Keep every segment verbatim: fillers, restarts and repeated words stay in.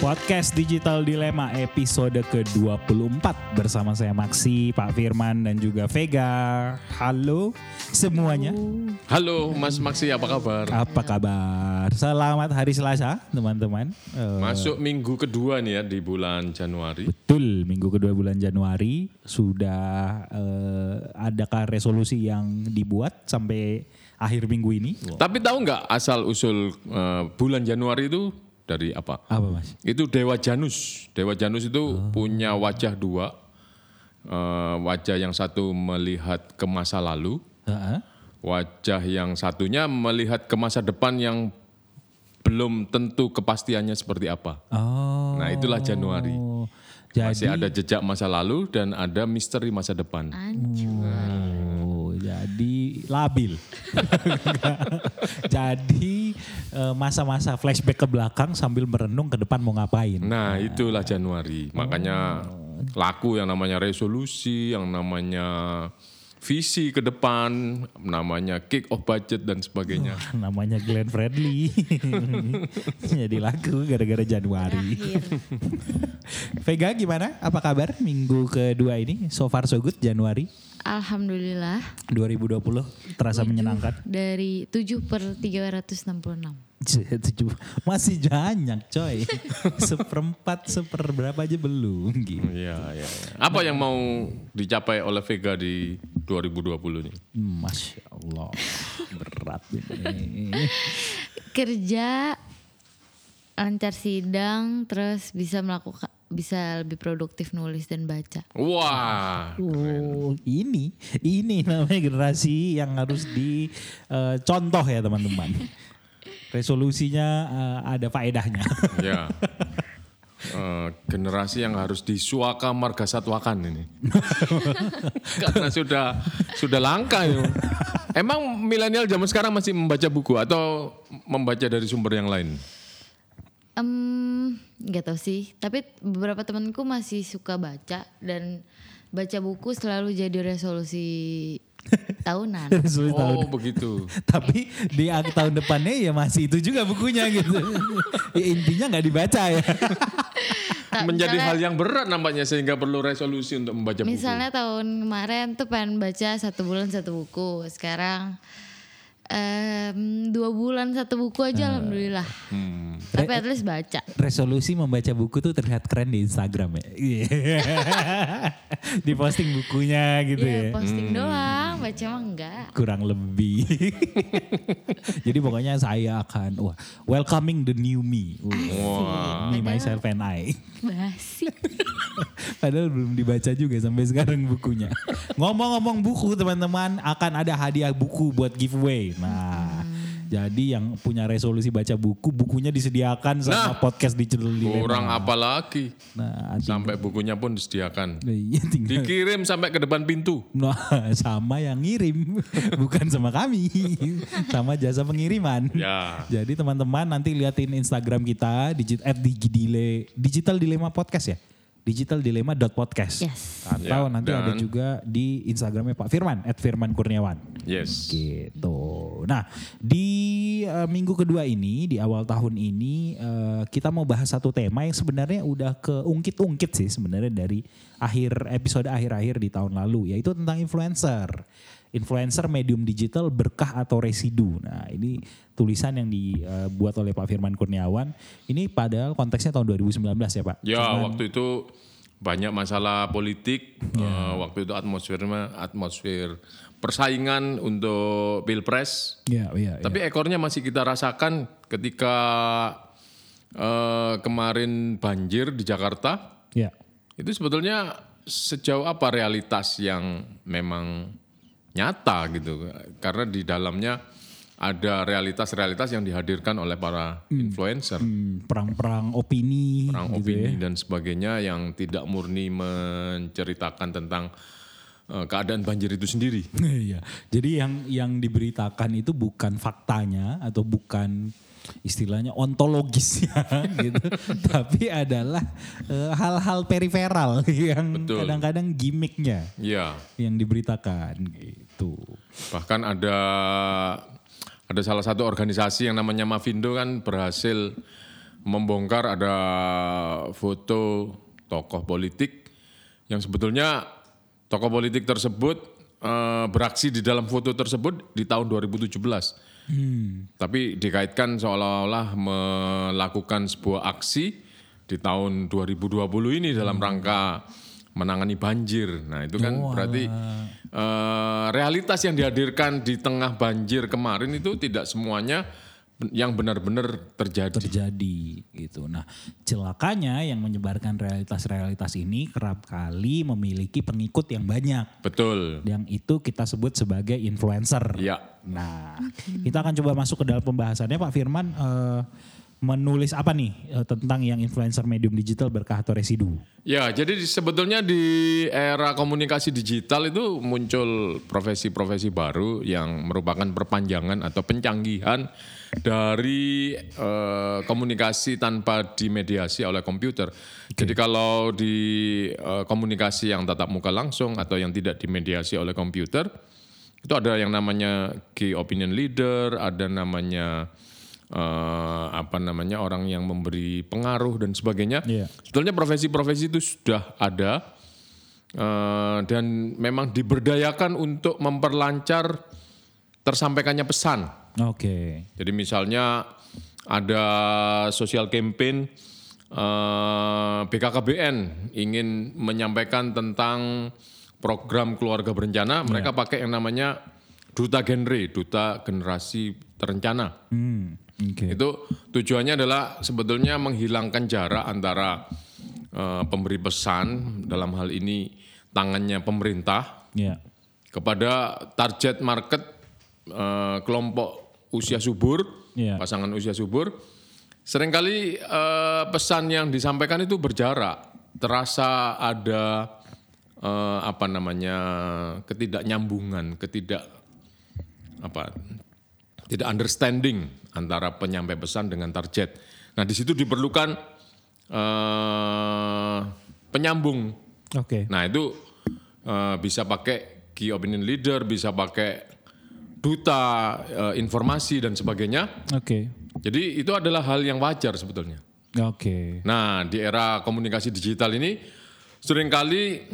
Podcast Digital Dilema episode ke dua puluh empat bersama saya Maksi, Pak Firman dan juga Vega. Halo semuanya. Halo Mas Maksi, apa kabar? Apa kabar? Selamat hari Selasa teman-teman. Uh, Masuk minggu kedua nih ya di bulan Januari. Betul, minggu kedua bulan Januari. Sudah uh, adakah resolusi yang dibuat sampai akhir minggu ini? Tapi tahu nggak asal usul uh, bulan Januari itu dari apa? Apa Mas? Itu Dewa Janus. Dewa Janus itu oh. punya wajah dua. Uh, wajah yang satu melihat ke masa lalu. Uh-huh. Wajah yang satunya melihat ke masa depan yang belum tentu kepastiannya seperti apa. Oh. Nah itulah Januari. Jadi, masih ada jejak masa lalu dan ada misteri masa depan. Oh, jadi labil. Jadi masa-masa flashback ke belakang sambil merenung ke depan mau ngapain. Nah itulah Januari. Makanya oh. laku yang namanya resolusi, yang namanya visi ke depan, namanya kick off budget dan sebagainya. Oh, namanya Glenn Fredly. Jadi laku gara-gara Januari. Vega gimana? Apa kabar minggu kedua ini? So far so good Januari. Alhamdulillah. dua ribu dua puluh terasa menyenangkan. Dari tujuh per tiga ratus enam puluh enam. Masih banyak coy. Seperempat, seperberapa aja belum gitu. Iya, iya. Apa nah, yang mau dicapai oleh Vega di dua ribu dua puluh ini? Masya Allah, berat ini. Kerja, lancar sidang, terus bisa melakukan, bisa lebih produktif nulis dan baca. Wah. Oh, ini, ini namanya generasi yang harus dicontoh uh, ya teman-teman. Resolusinya uh, ada faedahnya. Ya. Uh, generasi yang harus disuaka marga satwakan ini. Karena sudah sudah langka ya. Emang milenial zaman sekarang masih membaca buku atau membaca dari sumber yang lain? Um, gak tau sih. Tapi beberapa temanku masih suka baca dan baca buku selalu jadi resolusi tahunan. Oh tahunan. Begitu. Tapi di tahun depannya ya masih itu juga bukunya gitu. Ya, intinya nggak dibaca ya. Tak, menjadi misalnya, hal yang berat nampaknya sehingga perlu resolusi untuk membaca buku. Misalnya tahun kemarin tuh pengen baca satu bulan satu buku. Sekarang um, dua bulan satu buku aja uh, alhamdulillah. Hmm. Tapi at least baca. Resolusi membaca buku tuh terlihat keren di Instagram ya. Di posting bukunya gitu ya. Ya posting hmm. doang, baca mah enggak. Kurang lebih. Jadi pokoknya saya akan wah, welcoming the new me. Wow. Me, myself and I. Basi. Padahal belum dibaca juga sampai sekarang bukunya. Ngomong-ngomong buku teman-teman, akan ada hadiah buku buat giveaway. Nah, hmm. jadi yang punya resolusi baca buku, bukunya disediakan sama nah, podcast Digital Dilema. Kurang apa lagi? Nah, sampai bukunya pun disediakan. Iya, dikirim sampai ke depan pintu. Nah, sama yang ngirim, bukan sama kami, sama jasa pengiriman. Ya. Jadi teman-teman nanti liatin Instagram kita at digidile, Digital Dilema Podcast ya. digital dilema dot podcast. Yes. Atau ya, nanti dan ada juga di Instagramnya Pak Firman at Firman Kurniawan. Yes. Gitu. Nah di uh, minggu kedua ini di awal tahun ini uh, kita mau bahas satu tema yang sebenarnya udah keungkit-ungkit sih sebenarnya dari akhir episode akhir-akhir di tahun lalu, yaitu tentang influencer. Influencer medium digital berkah atau residu. Nah ini tulisan yang dibuat oleh Pak Firman Kurniawan. Ini padahal konteksnya tahun dua ribu sembilan belas ya Pak. Ya Cuman, waktu itu banyak masalah politik. Ya. Uh, waktu itu atmosfernya atmosfer persaingan untuk pilpres. Ya, ya, Tapi ya. ekornya masih kita rasakan ketika uh, kemarin banjir di Jakarta. Ya. Itu sebetulnya sejauh apa realitas yang memang nyata gitu, karena di dalamnya ada realitas-realitas yang dihadirkan oleh para hmm. influencer, hmm, perang-perang opini, perang gitu opini ya. Dan sebagainya yang tidak murni menceritakan tentang uh, keadaan banjir itu sendiri. Iya, jadi yang yang diberitakan itu bukan faktanya atau bukan istilahnya ontologisnya gitu, tapi adalah uh, hal-hal periferal yang Betul. kadang-kadang gimmicknya ya. yang diberitakan gitu. Bahkan ada ada salah satu organisasi yang namanya Mavindo kan berhasil membongkar ada foto tokoh politik yang sebetulnya tokoh politik tersebut uh, beraksi di dalam foto tersebut di tahun dua ribu tujuh belas. Hmm. Tapi dikaitkan seolah-olah melakukan sebuah aksi di tahun dua ribu dua puluh ini dalam hmm. rangka menangani banjir. Nah itu kan oh, berarti uh, realitas yang dihadirkan di tengah banjir kemarin itu tidak semuanya yang benar-benar terjadi. Terjadi gitu. Nah celakanya yang menyebarkan realitas-realitas ini kerap kali memiliki pengikut yang banyak. Betul. Yang itu kita sebut sebagai influencer. Ya. Nah kita akan coba masuk ke dalam pembahasannya Pak Firman. Uh, menulis apa nih uh, tentang yang influencer medium digital berkah atau residu? Ya jadi sebetulnya di era komunikasi digital itu muncul profesi-profesi baru yang merupakan perpanjangan atau pencanggihan dari uh, komunikasi tanpa dimediasi oleh komputer. Okay. Jadi kalau di uh, komunikasi yang tatap muka langsung atau yang tidak dimediasi oleh komputer, itu ada yang namanya key opinion leader, ada namanya uh, apa namanya orang yang memberi pengaruh dan sebagainya. Yeah. Sebetulnya profesi-profesi itu sudah ada uh, dan memang diberdayakan untuk memperlancar tersampaikannya pesan. Oke. Okay. Jadi misalnya ada social campaign uh, B K K B N ingin menyampaikan tentang program keluarga berencana, yeah. mereka pakai yang namanya duta genre, duta generasi terencana. Hmm, okay. Itu tujuannya adalah sebetulnya menghilangkan jarak antara uh, pemberi pesan dalam hal ini tangannya pemerintah yeah. kepada target market uh, kelompok usia subur, yeah. pasangan usia subur, seringkali uh, pesan yang disampaikan itu berjarak, terasa ada uh, apa namanya ketidaknyambungan, ketidak apa, tidak understanding antara penyampai pesan dengan target. Nah di situ diperlukan uh, penyambung. Oke. Okay. Nah itu uh, bisa pakai key opinion leader, bisa pakai duta uh, informasi dan sebagainya. Oke. Okay. Jadi itu adalah hal yang wajar sebetulnya. Oke. Okay. Nah di era komunikasi digital ini seringkali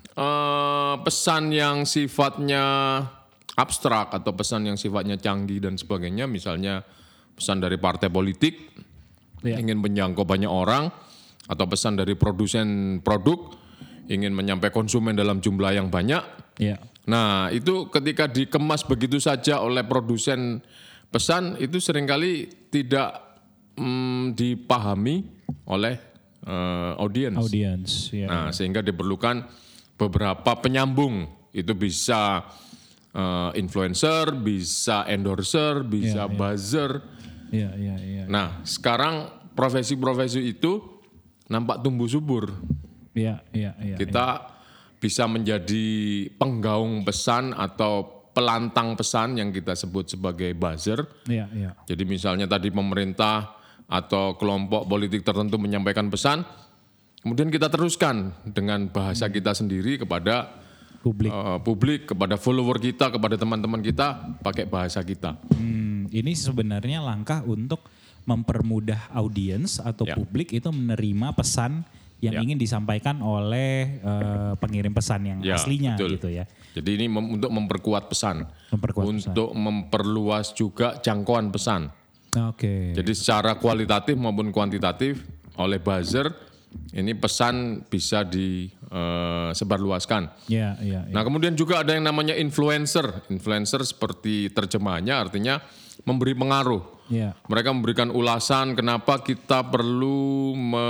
uh, pesan yang sifatnya abstrak atau pesan yang sifatnya canggih dan sebagainya, misalnya pesan dari partai politik yeah. ingin menjangkau banyak orang, atau pesan dari produsen produk ingin menyampai konsumen dalam jumlah yang banyak. Yeah. Nah itu ketika dikemas begitu saja oleh produsen pesan itu seringkali tidak mm, dipahami oleh uh, audiens. Audiens. Yeah. Nah sehingga diperlukan beberapa penyambung, itu bisa uh, influencer, bisa endorser, bisa yeah, yeah. buzzer. Yeah, yeah, yeah. Nah sekarang profesi-profesi itu nampak tumbuh subur. Yeah, yeah, yeah, Kita yeah. bisa menjadi penggaung pesan atau pelantang pesan yang kita sebut sebagai buzzer. Yeah, yeah. Jadi misalnya tadi pemerintah atau kelompok politik tertentu menyampaikan pesan, kemudian kita teruskan dengan bahasa hmm. kita sendiri kepada publik, uh, publik, kepada follower kita, kepada teman-teman kita, pakai bahasa kita. Hmm, ini sebenarnya langkah untuk mempermudah audiens atau ya. publik itu menerima pesan yang ya. ingin disampaikan oleh uh, pengirim pesan yang ya, aslinya betul. gitu ya. Jadi ini mem- untuk memperkuat pesan, memperkuat untuk pesan. memperluas juga jangkauan pesan. Oke. Okay. Jadi secara kualitatif maupun kuantitatif oleh buzzer ini pesan bisa disebarluaskan. Uh, ya, ya, ya. Nah kemudian juga ada yang namanya influencer. Influencer seperti terjemahannya artinya memberi pengaruh. Ya. Mereka memberikan ulasan kenapa kita perlu me,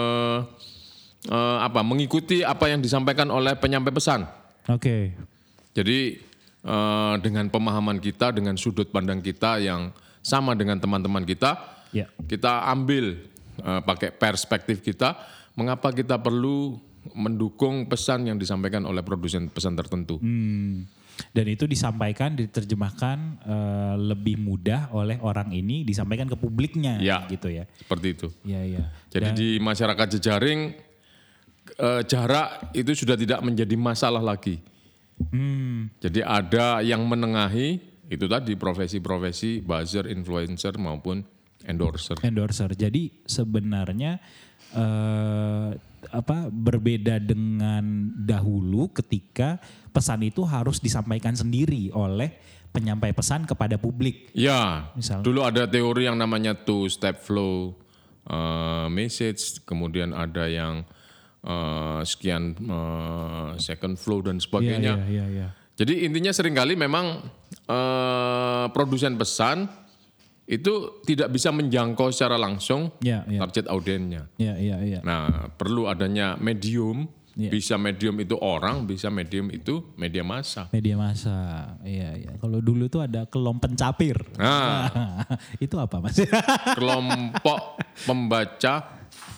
uh, apa, mengikuti apa yang disampaikan oleh penyampai pesan. Oke. Okay. Jadi uh, dengan pemahaman kita, dengan sudut pandang kita yang sama dengan teman-teman kita, ya. kita ambil uh, pakai perspektif kita. Mengapa kita perlu mendukung pesan yang disampaikan oleh produsen pesan tertentu? Hmm. Dan itu disampaikan, diterjemahkan uh, lebih mudah oleh orang ini, disampaikan ke publiknya, ya, gitu ya. Seperti itu. Ya, ya. Jadi Dan, di masyarakat jejaring uh, jarak itu sudah tidak menjadi masalah lagi. Hmm. Jadi ada yang menengahi itu tadi profesi-profesi buzzer, influencer maupun endorser. endorser. Jadi sebenarnya eh, apa berbeda dengan dahulu ketika pesan itu harus disampaikan sendiri oleh penyampai pesan kepada publik. Ya, Misal. dulu ada teori yang namanya two step flow uh, message, kemudian ada yang uh, sekian uh, second flow dan sebagainya. Iya, iya, iya. Jadi intinya seringkali memang uh, produsen pesan itu tidak bisa menjangkau secara langsung Iya, iya. target audiennya. Iya, iya, iya. Nah, perlu adanya medium, Iya. bisa medium itu orang, bisa medium itu media massa. Media massa. Iya, iya. Kalau dulu tuh ada kelompok pencapir. Nah, Itu apa, Mas? kelompok pembaca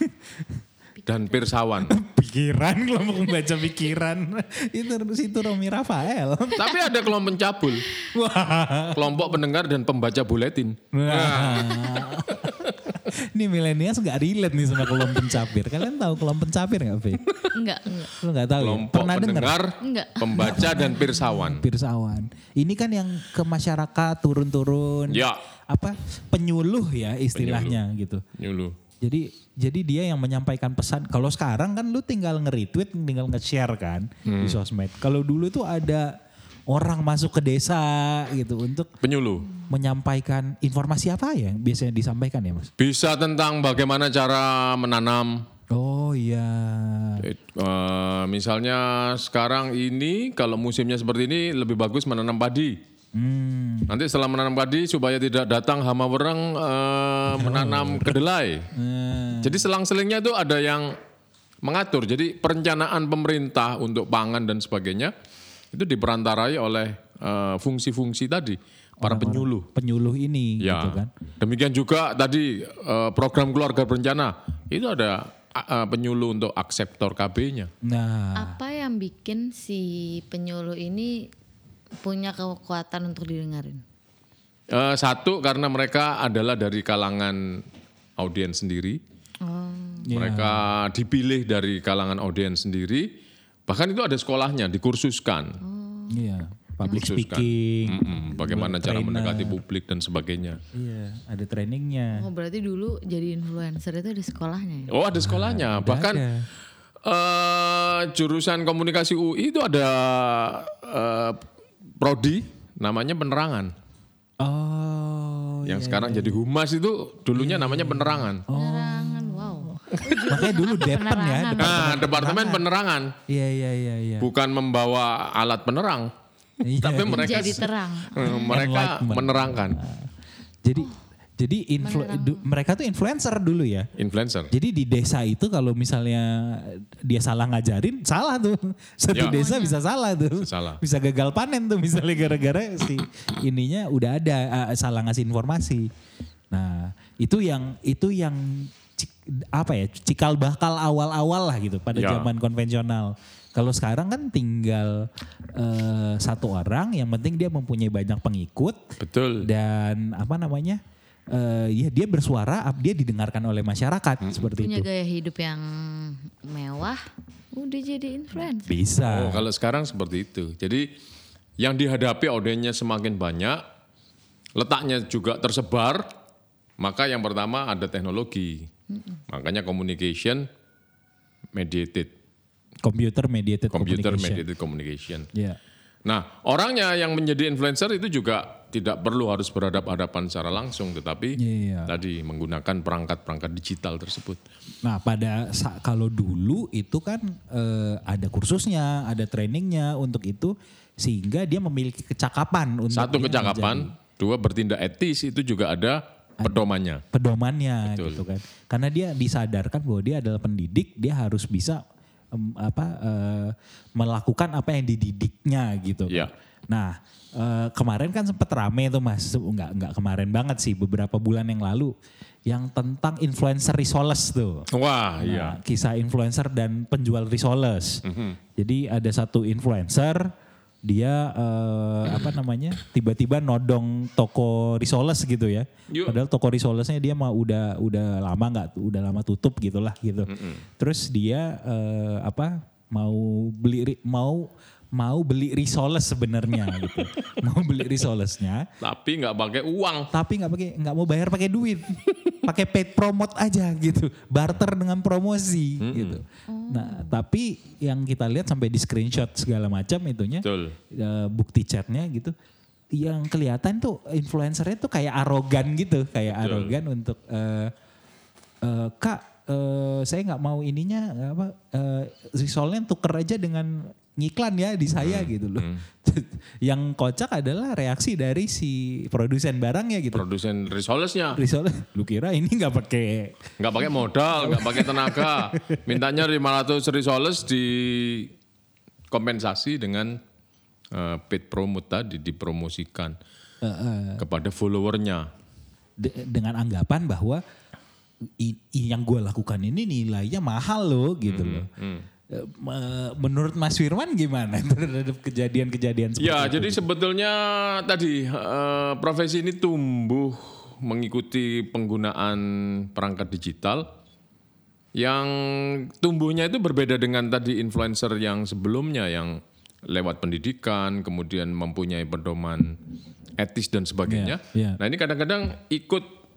dan pirsawan. Pikiran, kelompok membaca pikiran. Itu situ Romi Rafael. Tapi ada kelompok pencabul, kelompok pendengar dan pembaca buletin. Wah. Ini milenials nggak relate nih sama kelompok pencapir. Kalian tahu kelompok pencapir nggak, Vi? Enggak, enggak. Lu nggak tahu ya? Kelompok Pernah dengar? pendengar, Enggak. pembaca dan pirsawan. Pirsawan. Ini kan yang ke masyarakat turun-turun. Ya. Apa penyuluh ya istilahnya gitu. Nyuluh. Jadi jadi dia yang menyampaikan pesan. Kalau sekarang kan lu tinggal nge-retweet, tinggal nge-share kan di sosmed. Kalau dulu tuh ada orang masuk ke desa gitu untuk Penyuluh. menyampaikan informasi apa ya yang biasanya disampaikan ya, Mas? Bisa tentang bagaimana cara menanam. Oh iya. Eh, eh, misalnya sekarang ini kalau musimnya seperti ini lebih bagus menanam padi. Hmm. Nanti setelah menanam padi supaya tidak datang hama wereng eh, menanam kedelai. Hmm. Jadi selang-selingnya itu ada yang mengatur. Jadi perencanaan pemerintah untuk pangan dan sebagainya itu diperantarai oleh eh, fungsi-fungsi tadi para penyuluh. Penyuluh ini Ya. gitu kan. Demikian juga tadi eh, program keluarga berencana itu ada eh, penyuluh untuk akseptor K B-nya. Nah, Apa yang bikin si penyuluh ini punya kekuatan untuk didengarin? Eh, satu karena mereka adalah dari kalangan audiens sendiri. Oh. iya. Mereka dipilih dari kalangan audiens sendiri. Bahkan itu ada sekolahnya, dikursuskan. Iya, public Kursuskan. speaking. Mm-mm, bagaimana cara trainer. mendekati publik dan sebagainya. Iya, ada trainingnya. Oh berarti dulu jadi influencer itu ada sekolahnya ya? Oh ada sekolahnya. Bahkan ada. eh, jurusan komunikasi U I itu ada eh, prodi namanya penerangan. Oh, Yang iya, sekarang iya. jadi humas itu dulunya namanya penerangan. Penerangan, wow. Makanya dulu Depen ya. Penerangan. Depen. Nah, departemen penerangan Iya, iya, iya, iya. bukan membawa alat penerang, Iya. tapi mereka Jadi terang. eh, mereka Enlightenment. menerangkan. Jadi jadi influ- du- mereka tuh influencer dulu ya. Influencer. Jadi di desa itu kalau misalnya dia salah ngajarin, salah tuh. Satu Ya. desa bisa salah tuh. Salah. Bisa gagal panen tuh misalnya gara-gara si ininya udah ada uh, salah ngasih informasi. Nah, itu yang itu yang cik- apa ya? Cikal bakal awal-awal lah gitu pada Ya. zaman konvensional. Kalau sekarang kan tinggal uh, satu orang yang penting dia mempunyai banyak pengikut Betul. dan apa namanya? eh ya dia bersuara, dia didengarkan oleh masyarakat seperti Punya itu. gaya hidup yang mewah, udah jadi influencer. Bisa. Oh, kalau sekarang seperti itu. Jadi yang dihadapi audiensnya semakin banyak, letaknya juga tersebar, maka yang pertama ada teknologi. Makanya communication mediated, Computer mediated computer communication. mediated communication. Iya. Nah, orangnya yang menjadi influencer itu juga tidak perlu harus berhadapan-hadapan secara langsung, tetapi Iya. tadi menggunakan perangkat-perangkat digital tersebut. Nah, pada sa- kalau dulu itu kan eh, ada kursusnya, ada trainingnya untuk itu sehingga dia memiliki kecakapan untuk Satu dia kecakapan, dua bertindak etis itu juga ada pedomannya. menjadi pedomannya Betul. gitu kan. Karena dia disadarkan bahwa dia adalah pendidik, dia harus bisa em, apa eh, melakukan apa yang dididiknya gitu. kan. Iya. Nah, eh, kemarin kan sempat rame tuh Mas, enggak enggak kemarin banget sih, beberapa bulan yang lalu yang tentang influencer risoles tuh. Wah, Nah, iya. kisah influencer dan penjual risoles. Mhm. Jadi ada satu influencer, dia eh, apa namanya, tiba-tiba nodong toko risoles gitu ya. Yuk. Padahal toko risolesnya dia mah udah udah lama nggak, udah lama tutup gitulah gitu. Terus dia eh, apa mau beli ri- mau mau beli risoles sebenarnya gitu. Mau beli risolesnya, Tapi nggak pakai uang. tapi nggak pakai nggak mau bayar pakai duit. Pakai paid promote aja gitu. Barter dengan promosi gitu. Nah, tapi yang kita lihat sampai di screenshot segala macam itunya Betul. eh, bukti chatnya gitu. Yang kelihatan tuh influencernya tuh kayak arogan gitu, kayak Betul. arogan untuk eh, eh, Kak, eh, saya nggak mau ininya apa eh, risolnya tuker aja dengan ngiklan ya di saya gitu loh. Yang kocak adalah reaksi dari si produsen barangnya gitu. Produsen risolesnya Risolnya, lu kira ini nggak pakai nggak pakai modal, nggak pakai tenaga, mintanya lima ratus risoles di kompensasi dengan uh, paid promote tadi dipromosikan eh, eh, kepada followernya. de- dengan anggapan bahwa i- i- yang gue lakukan ini nilainya mahal loh gitu loh. Eh, me- Menurut Mas Firman gimana terhadap kejadian-kejadian seperti Ya, itu? jadi sebetulnya tadi uh, profesi ini tumbuh mengikuti penggunaan perangkat digital yang tumbuhnya itu berbeda dengan tadi influencer yang sebelumnya yang lewat pendidikan, kemudian mempunyai pedoman etis dan sebagainya. Iya, iya. Nah ini kadang-kadang ikut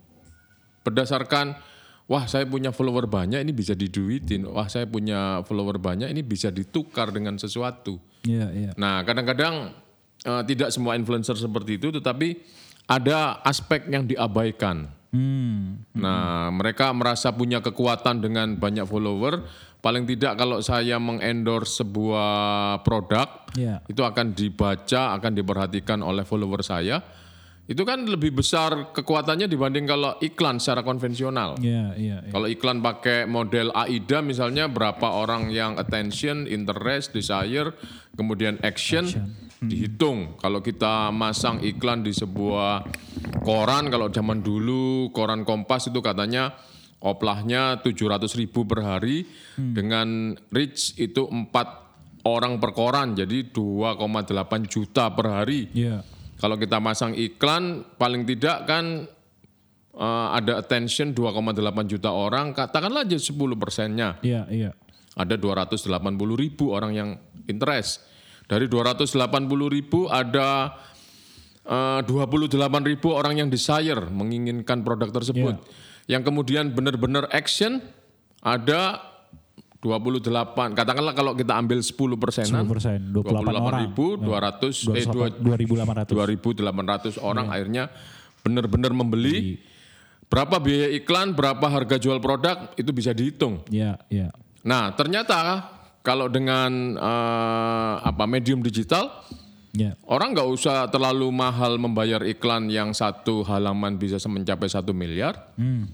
berdasarkan, wah saya punya follower banyak ini bisa diduitin, wah saya punya follower banyak ini bisa ditukar dengan sesuatu. Iya, iya. Nah kadang-kadang eh, tidak semua influencer seperti itu, tetapi ada aspek yang diabaikan. Hmm. Nah mereka merasa punya kekuatan dengan banyak follower, paling tidak kalau saya mengendorse sebuah produk, Iya. itu akan dibaca, akan diperhatikan oleh follower saya. Itu kan lebih besar kekuatannya dibanding kalau iklan secara konvensional. Iya, iya, iya. Kalau iklan pakai model AIDA misalnya berapa orang yang attention, interest, desire, kemudian action, dihitung. Kalau kita masang iklan di sebuah koran, kalau zaman dulu koran Kompas itu katanya oplahnya tujuh ratus ribu per hari, dengan reach itu empat orang per koran, jadi dua koma delapan juta per hari. Iya. Kalau kita masang iklan, paling tidak kan uh, ada attention dua koma delapan juta orang, katakanlah aja sepuluh persennya. Iya, iya. Ada dua ratus delapan puluh ribu orang yang interest. Dari dua ratus delapan puluh ribu ada uh, dua puluh delapan ribu orang yang desire, menginginkan produk tersebut. Yang kemudian benar-benar action ada dua puluh delapan, katakanlah kalau kita ambil sepuluh persenan, sepuluh persen, dua puluh delapan orang. ribu dua ratus, eh, dua ribu delapan ratus. dua ribu delapan ratus orang akhirnya benar-benar membeli. Berapa biaya iklan, berapa harga jual produk, itu bisa dihitung. Iya, iya. Nah ternyata kalau dengan eh, apa medium digital, Iya. orang nggak usah terlalu mahal membayar iklan yang satu halaman bisa mencapai satu miliar. Hmm.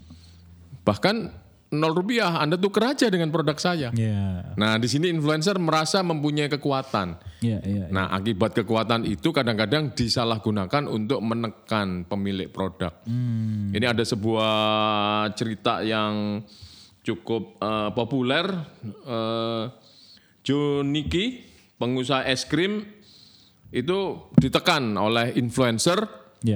Bahkan nol rupiah, Anda tuker aja dengan produk saya. Iya. Nah di sini influencer merasa mempunyai kekuatan. Iya, iya. Nah akibat kekuatan itu kadang-kadang disalahgunakan untuk menekan pemilik produk. Hmm. Ini ada sebuah cerita yang cukup eh, populer. Eh, Joe Niki, pengusaha es krim, itu ditekan oleh influencer Iya.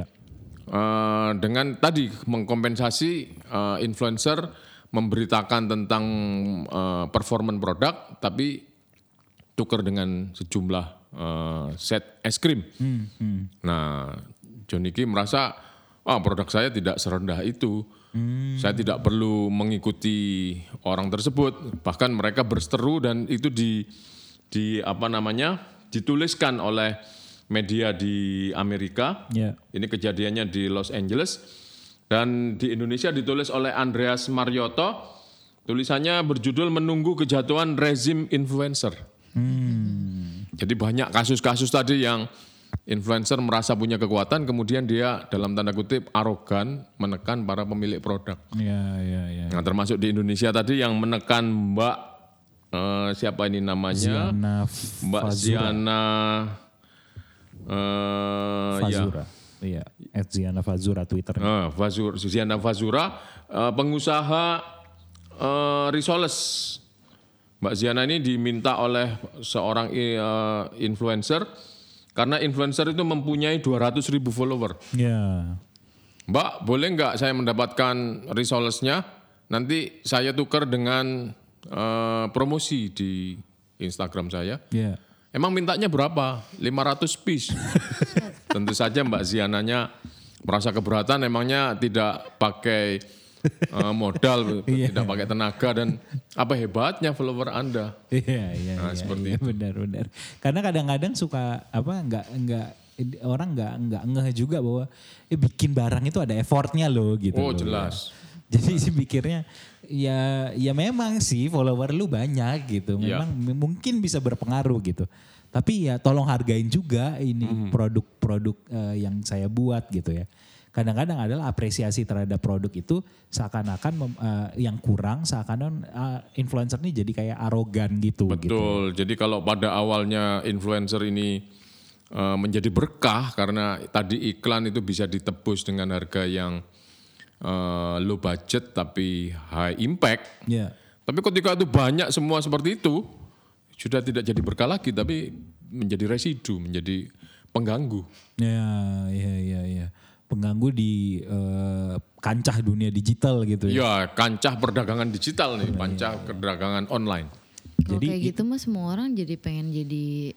eh, dengan tadi mengkompensasi eh, influencer memberitakan tentang uh, performan produk, tapi tukar dengan sejumlah uh, set es krim. Hmm, hmm. Nah, Johnny Ki merasa, ah produk saya tidak serendah itu. Hmm. Saya tidak perlu mengikuti orang tersebut. Bahkan mereka berseteru dan itu di, di apa namanya dituliskan oleh media di Amerika. Iya. Ini kejadiannya di Los Angeles. Dan di Indonesia ditulis oleh Andreas Marioto, tulisannya berjudul Menunggu Kejatuhan Rezim Influencer. Hmm. Jadi banyak kasus-kasus tadi yang influencer merasa punya kekuatan, kemudian dia dalam tanda kutip arogan menekan para pemilik produk. Iya, iya, iya. Nah termasuk di Indonesia tadi yang menekan Mbak, eh, siapa ini namanya? Ziana Mbak Fazura. Ziana eh, ya. Fazura. Iya, at Ziana Fazura Twitter. Ah, Fazur, Ziana Fazura, eh, pengusaha eh, risoles. Mbak Ziana ini diminta oleh seorang eh, influencer, karena influencer itu mempunyai dua ratus ribu follower. Iya. Mbak, boleh nggak saya mendapatkan risolesnya? Nanti saya tukar dengan eh, promosi di Instagram saya. Iya. Emang mintanya berapa? lima ratus piece. Tentu saja Mbak Ziananya merasa keberatan, emangnya tidak pakai uh, modal, tidak pakai tenaga, dan apa hebatnya follower Anda. Iya iya Nah, iya, seperti iya itu. benar-benar. Karena kadang-kadang suka apa nggak nggak orang nggak nggak ngeh juga bahwa eh, bikin barang itu ada effortnya loh gitu. Oh loh, jelas. Ya. Jadi sih pikirnya ya ya memang sih follower lu banyak gitu. Iya. Memang m- mungkin bisa berpengaruh gitu. Tapi ya tolong hargain juga ini Hmm. produk-produk eh, yang saya buat gitu ya. Kadang-kadang adalah apresiasi terhadap produk itu seakan-akan mem- eh, yang kurang, seakan-akan eh, influencer ini jadi kayak arogan gitu. gitu. Betul. Jadi kalau pada awalnya influencer ini uh, menjadi berkah karena tadi iklan itu bisa ditebus dengan harga yang uh, low budget tapi high impact. Ya. Tapi ketika itu banyak semua seperti itu, sudah tidak jadi berkah lagi tapi menjadi residu, menjadi pengganggu. Ya, iya, iya, iya. Pengganggu di eh, kancah dunia digital gitu ya. Ya, kancah perdagangan digital nih, kancah perdagangan online. Kalau Jadi kayak i- gitu mah semua orang jadi pengen jadi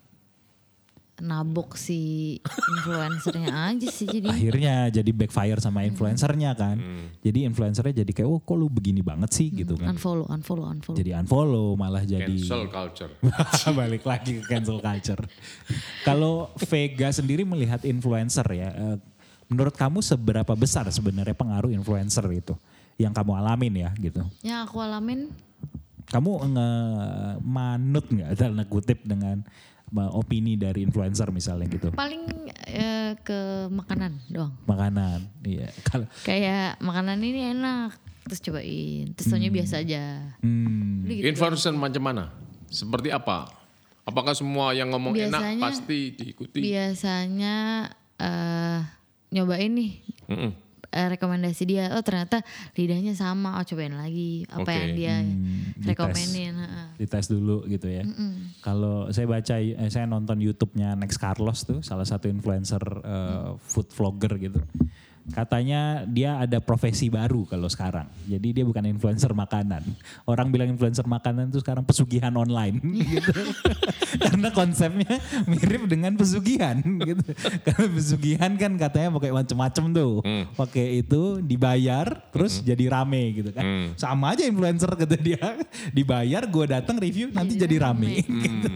nabok si influencernya aja sih jadi. Akhirnya jadi backfire sama influencernya kan. Jadi influencernya jadi kayak, oh kok lu begini banget sih gitu kan. Unfollow, unfollow, unfollow. Jadi unfollow malah jadi. Cancel culture. Balik lagi ke cancel culture. Kalau Vega sendiri melihat influencer ya, eh, menurut kamu seberapa besar sebenarnya pengaruh influencer itu yang kamu alamin ya gitu? Yang aku alamin Kamu nge-manut nggak tanda kutip dengan eh, opini dari influencer misalnya gitu? paling eh, ke makanan doang. Makanan, iya. Kalau Kayak makanan ini enak, terus cobain. Terus soalnya biasa aja. hmm, Udah gitu. Influencer macam mana? Seperti apa? Apakah semua yang ngomong enak Biasanya- pasti diikuti? Biasanya eh nyobain nih Mm-mm. eh, rekomendasi dia. Oh ternyata lidahnya sama, oh cobain lagi. Apa Oke. yang dia Hmm, dites. rekomenin. heeh. dites dulu gitu ya. Kalau saya baca, eh, saya nonton YouTube-nya Next Carlos tuh, salah satu influencer eh, food vlogger gitu. Katanya dia ada profesi baru kalau sekarang. Jadi dia bukan influencer makanan. Orang bilang influencer makanan itu sekarang pesugihan online gitu. Karena konsepnya mirip dengan pesugihan gitu. Karena pesugihan kan katanya pakai macem-macem tuh. Pakai itu dibayar terus jadi rame gitu kan. Sama aja influencer kata dia. Dibayar gue datang review nanti jadi rame. Gitu.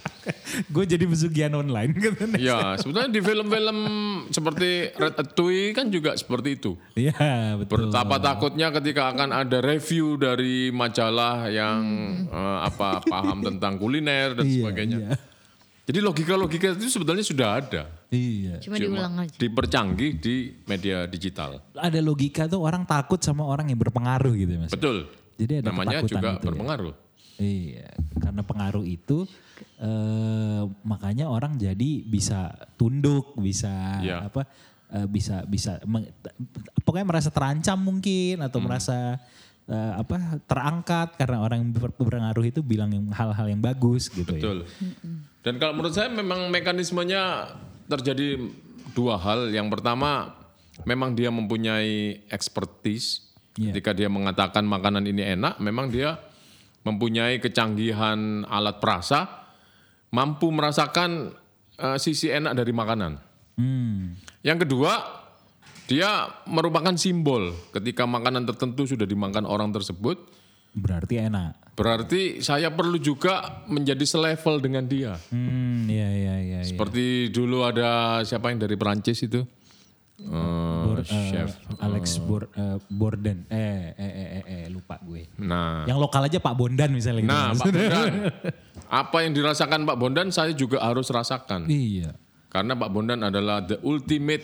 Gue jadi pesugihan online gitu. Ya, sebetulnya di film-film seperti Red Atui kan juga seperti itu. Iya betul. Betapa takutnya ketika akan ada review dari majalah yang eh, apa paham tentang kuliner dan Iya, sebagainya. iya. Jadi logika-logika itu sebetulnya sudah ada. Iya. Cuma diulang aja. dipercanggih di media digital. Ada logika tuh orang takut sama orang yang berpengaruh gitu ya, Mas. Betul. Jadi ada Namanya ketakutan juga itu ya. berpengaruh. Iya, karena pengaruh itu eh, makanya orang jadi bisa tunduk, bisa Iya. apa, eh, bisa bisa meng- pokoknya merasa terancam mungkin atau merasa eh, apa terangkat karena orang yang ber- berpengaruh itu bilang yang hal-hal yang bagus gitu ya. Betul. Dan kalau menurut saya memang mekanismenya terjadi dua hal. Yang pertama memang dia mempunyai expertise. Iya. Ketika dia mengatakan makanan ini enak, memang dia mempunyai kecanggihan alat perasa, mampu merasakan eh, sisi enak dari makanan. Hmm. Yang kedua, dia merupakan simbol ketika makanan tertentu sudah dimakan orang tersebut, Berarti enak. berarti saya perlu juga menjadi selevel dengan dia. Hmm, iya iya iya. iya. Seperti dulu ada siapa yang dari Perancis itu? Eh, Bor- eh, chef. Alex Bor- eh, Borden, eh, eh, eh, eh, eh, lupa gue. Nah, Yang lokal aja Pak Bondan misalnya gitu. nah Mas. Pak Bondan. Apa yang dirasakan Pak Bondan saya juga harus rasakan. Iya. Karena Pak Bondan adalah the ultimate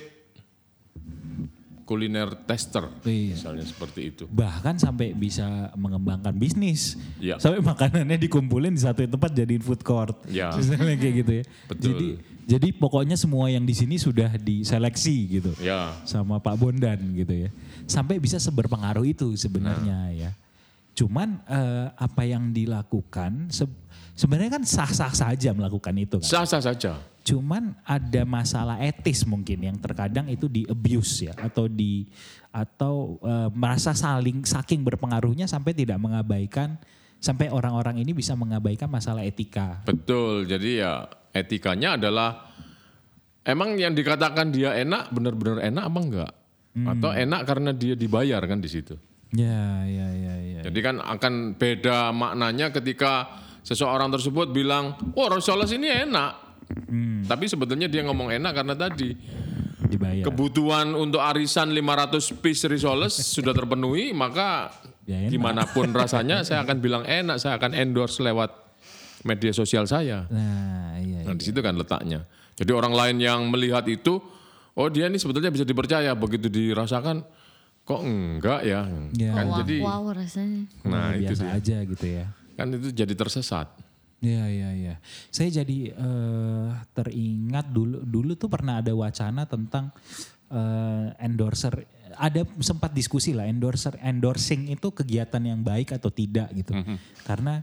kuliner tester. Iya. Misalnya seperti itu. Bahkan sampai bisa mengembangkan bisnis. Iya. Sampai makanannya dikumpulin di satu tempat jadiin food court. Iya. Misalnya kayak gitu ya. Betul. Jadi jadi pokoknya semua yang di sini sudah diseleksi gitu. Ya. Sama Pak Bondan gitu ya. Sampai bisa seberpengaruh itu sebenarnya ya. Cuman eh, apa yang dilakukan se- sebenarnya kan sah-sah saja melakukan itu kan. Sah-sah saja. Cuman ada masalah etis mungkin yang terkadang itu di abuse ya atau di atau eh, merasa saling saking berpengaruhnya sampai tidak mengabaikan sampai orang-orang ini bisa mengabaikan masalah etika. Betul, jadi ya etikanya adalah emang yang dikatakan dia enak benar-benar enak apa enggak? Hmm. Atau enak karena dia dibayar kan di situ. Ya, ya, ya, ya. Jadi kan akan beda maknanya ketika seseorang tersebut bilang, "Oh, risoles ini enak." Hmm. Tapi sebetulnya dia ngomong enak karena tadi dibayar. Kebutuhan untuk arisan lima ratus piece risoles sudah terpenuhi, maka ya, gimana pun rasanya saya akan bilang enak, saya akan endorse lewat media sosial saya. Nah, iya, nah iya. di situ kan letaknya. Jadi orang lain yang melihat itu, oh dia ini sebetulnya bisa dipercaya, begitu dirasakan kok enggak ya. Ya. Kan wow, jadi wow rasanya. Nah, biasa itu dia. aja gitu ya. Kan itu jadi tersesat. Iya, iya, iya. Saya jadi uh, teringat dulu dulu tuh pernah ada wacana tentang uh, endorser. Ada sempat diskusi lah endorser endorsing itu kegiatan yang baik atau tidak gitu. Mm-hmm. Karena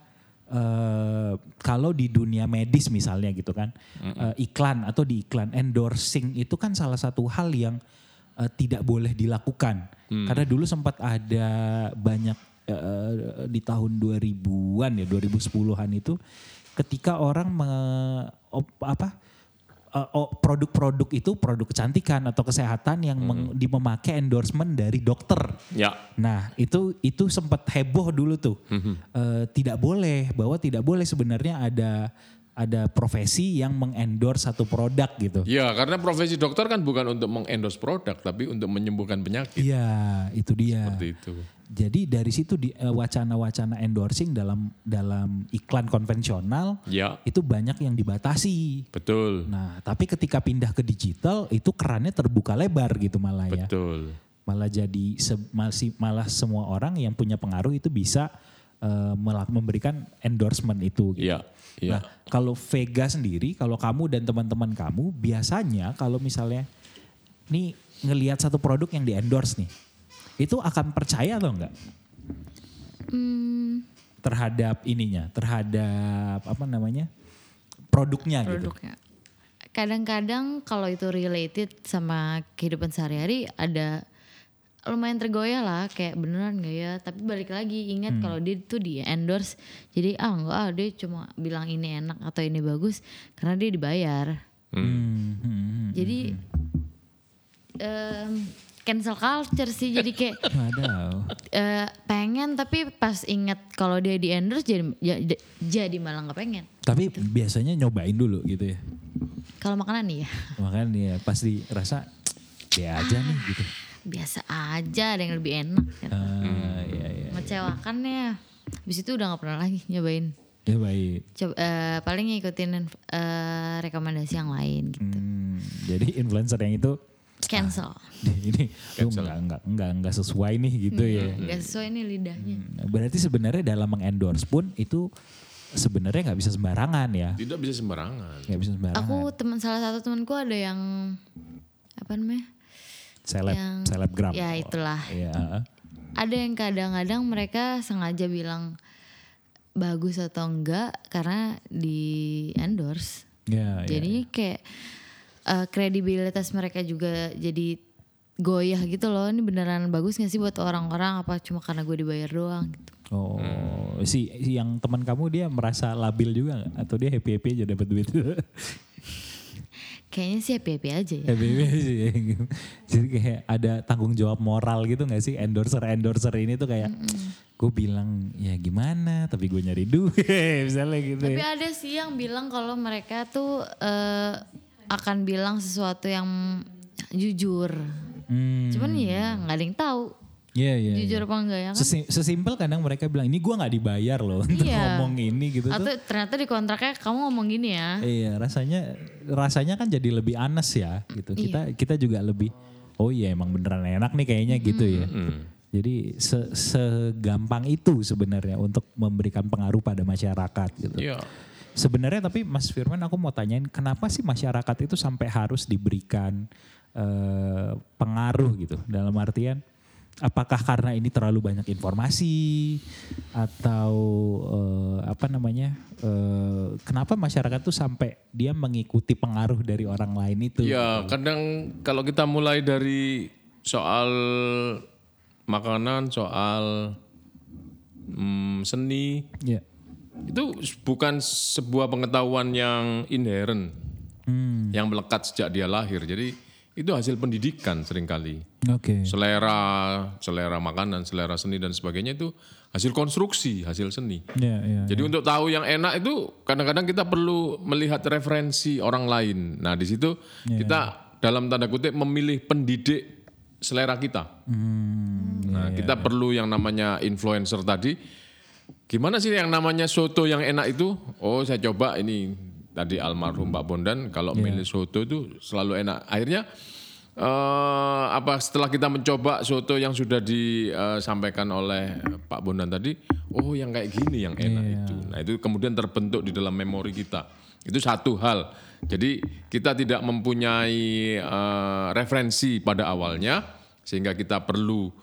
uh, kalau di dunia medis misalnya gitu kan, mm-hmm. uh, iklan atau di iklan endorsing itu kan salah satu hal yang uh, tidak boleh dilakukan. Mm. Karena dulu sempat ada banyak uh, di tahun dua ribuan ya, dua ribu sepuluhan itu ketika orang me, op, apa uh, produk-produk itu produk kecantikan atau kesehatan yang hmm. meng, di memakai endorsement dari dokter. Ya. Nah itu itu sempat heboh dulu tuh. Hmm. Uh, tidak boleh bahwa tidak boleh sebenarnya ada ada profesi yang mengendorse satu produk gitu. Ya karena profesi dokter kan bukan untuk mengendorse produk tapi untuk menyembuhkan penyakit. Iya itu dia. Seperti itu. Jadi dari situ di, uh, wacana-wacana endorsing dalam dalam iklan konvensional ya. Itu banyak yang dibatasi. Betul. Nah, tapi ketika pindah ke digital itu kerannya terbuka lebar gitu malah ya. Betul. Malah jadi se, masih malah semua orang yang punya pengaruh itu bisa uh, memberikan endorsement itu. Gitu. Ya. Ya. Nah, kalau Vega sendiri, kalau kamu dan teman-teman kamu biasanya kalau misalnya nih ngelihat satu produk yang di-endorse nih. Itu akan percaya atau enggak? Hmm. Terhadap ininya, terhadap apa namanya? Produknya, Produknya. gitu. Kadang-kadang kalau itu related sama kehidupan sehari-hari ada lumayan tergoyah lah kayak beneran gak ya, tapi balik lagi ingat hmm. kalau dia tuh di endorse. Jadi ah enggak ah dia cuma bilang ini enak atau ini bagus karena dia dibayar. Hmm. Hmm. Jadi um, cancel culture sih jadi kayak uh, pengen tapi pas ingat kalau dia di endorse jadi jadi, jadi malah nggak pengen. Tapi gitu. Biasanya nyobain dulu gitu ya. Kalau makanan nih ya. Makanan ya pasti rasa dia aja ah, nih gitu. Biasa aja ada yang lebih enak. Gitu. Uh, iya, iya, Mengecewakan ya. Habis itu udah nggak pernah lagi nyobain. Ya baik. Coba uh, paling ngikutin uh, rekomendasi yang lain gitu. Hmm, jadi influencer yang itu cancel. Ah, ini cancel. Enggak, enggak, enggak, enggak sesuai nih gitu hmm, ya. Enggak sesuai nih lidahnya. Hmm, berarti sebenarnya dalam mengendorse pun itu sebenarnya nggak bisa sembarangan ya. Tidak bisa sembarangan. Nggak bisa sembarangan. Aku teman salah satu temanku ada yang apa namanya? Seleb, yang, selebgram. Ya itulah. Oh, ya. Ada yang kadang-kadang mereka sengaja bilang bagus atau enggak karena di endorse. Ya, Jadinya ya. kayak Uh, kredibilitas mereka juga jadi goyah gitu loh. Ini beneran bagus gak sih buat orang-orang apa cuma karena gue dibayar doang gitu. Oh, hmm. si, si yang teman kamu dia merasa labil juga gak? Atau dia happy-happy aja dapat duit? Kayaknya sih happy-happy aja ya. Happy-happy aja ya. Jadi kayak ada tanggung jawab moral gitu gak sih? Endorser-endorser ini tuh kayak gue bilang ya gimana tapi gue nyari duit misalnya gitu. Tapi ya. ada sih yang bilang kalau mereka tuh uh, akan bilang sesuatu yang jujur. Hmm. Cuman ya gak ada yang tahu. Iya, iya. Jujur ya. apa enggak ya kan? Sesim, sesimpel kadang mereka bilang ini gue gak dibayar loh untuk iya. ngomong ini gitu. Atau tuh. ternyata di kontraknya kamu ngomong gini ya. Iya rasanya rasanya kan jadi lebih anes ya gitu. Kita iya. kita juga lebih oh iya emang beneran enak nih kayaknya hmm. gitu ya. Hmm. Jadi se, segampang itu sebenarnya untuk memberikan pengaruh pada masyarakat gitu. Iya. Sebenarnya tapi Mas Firman aku mau tanyain kenapa sih masyarakat itu sampai harus diberikan uh, pengaruh gitu dalam artian apakah karena ini terlalu banyak informasi atau uh, apa namanya uh, kenapa masyarakat tuh sampai dia mengikuti pengaruh dari orang lain itu? Ya kadang kalau kita mulai dari soal makanan, soal hmm, seni. Ya. Itu bukan sebuah pengetahuan yang inherent, Hmm. yang melekat sejak dia lahir. Jadi itu hasil pendidikan seringkali. Oke. Selera, selera makanan, selera seni dan sebagainya itu hasil konstruksi, hasil seni. Ya, ya. Jadi untuk tahu yang enak itu kadang-kadang kita perlu melihat referensi orang lain. Nah di situ kita dalam tanda kutip memilih pendidik selera kita. Hmm. Nah kita perlu yang namanya influencer tadi. Gimana sih yang namanya soto yang enak itu? Oh saya coba ini tadi almarhum Pak Bondan kalau milih soto itu selalu enak. Akhirnya eh, apa setelah kita mencoba soto yang sudah disampaikan oleh Pak Bondan tadi, oh yang kayak gini yang enak itu. Nah itu kemudian terbentuk di dalam memori kita. Itu satu hal. Jadi kita tidak mempunyai eh, referensi pada awalnya sehingga kita perlu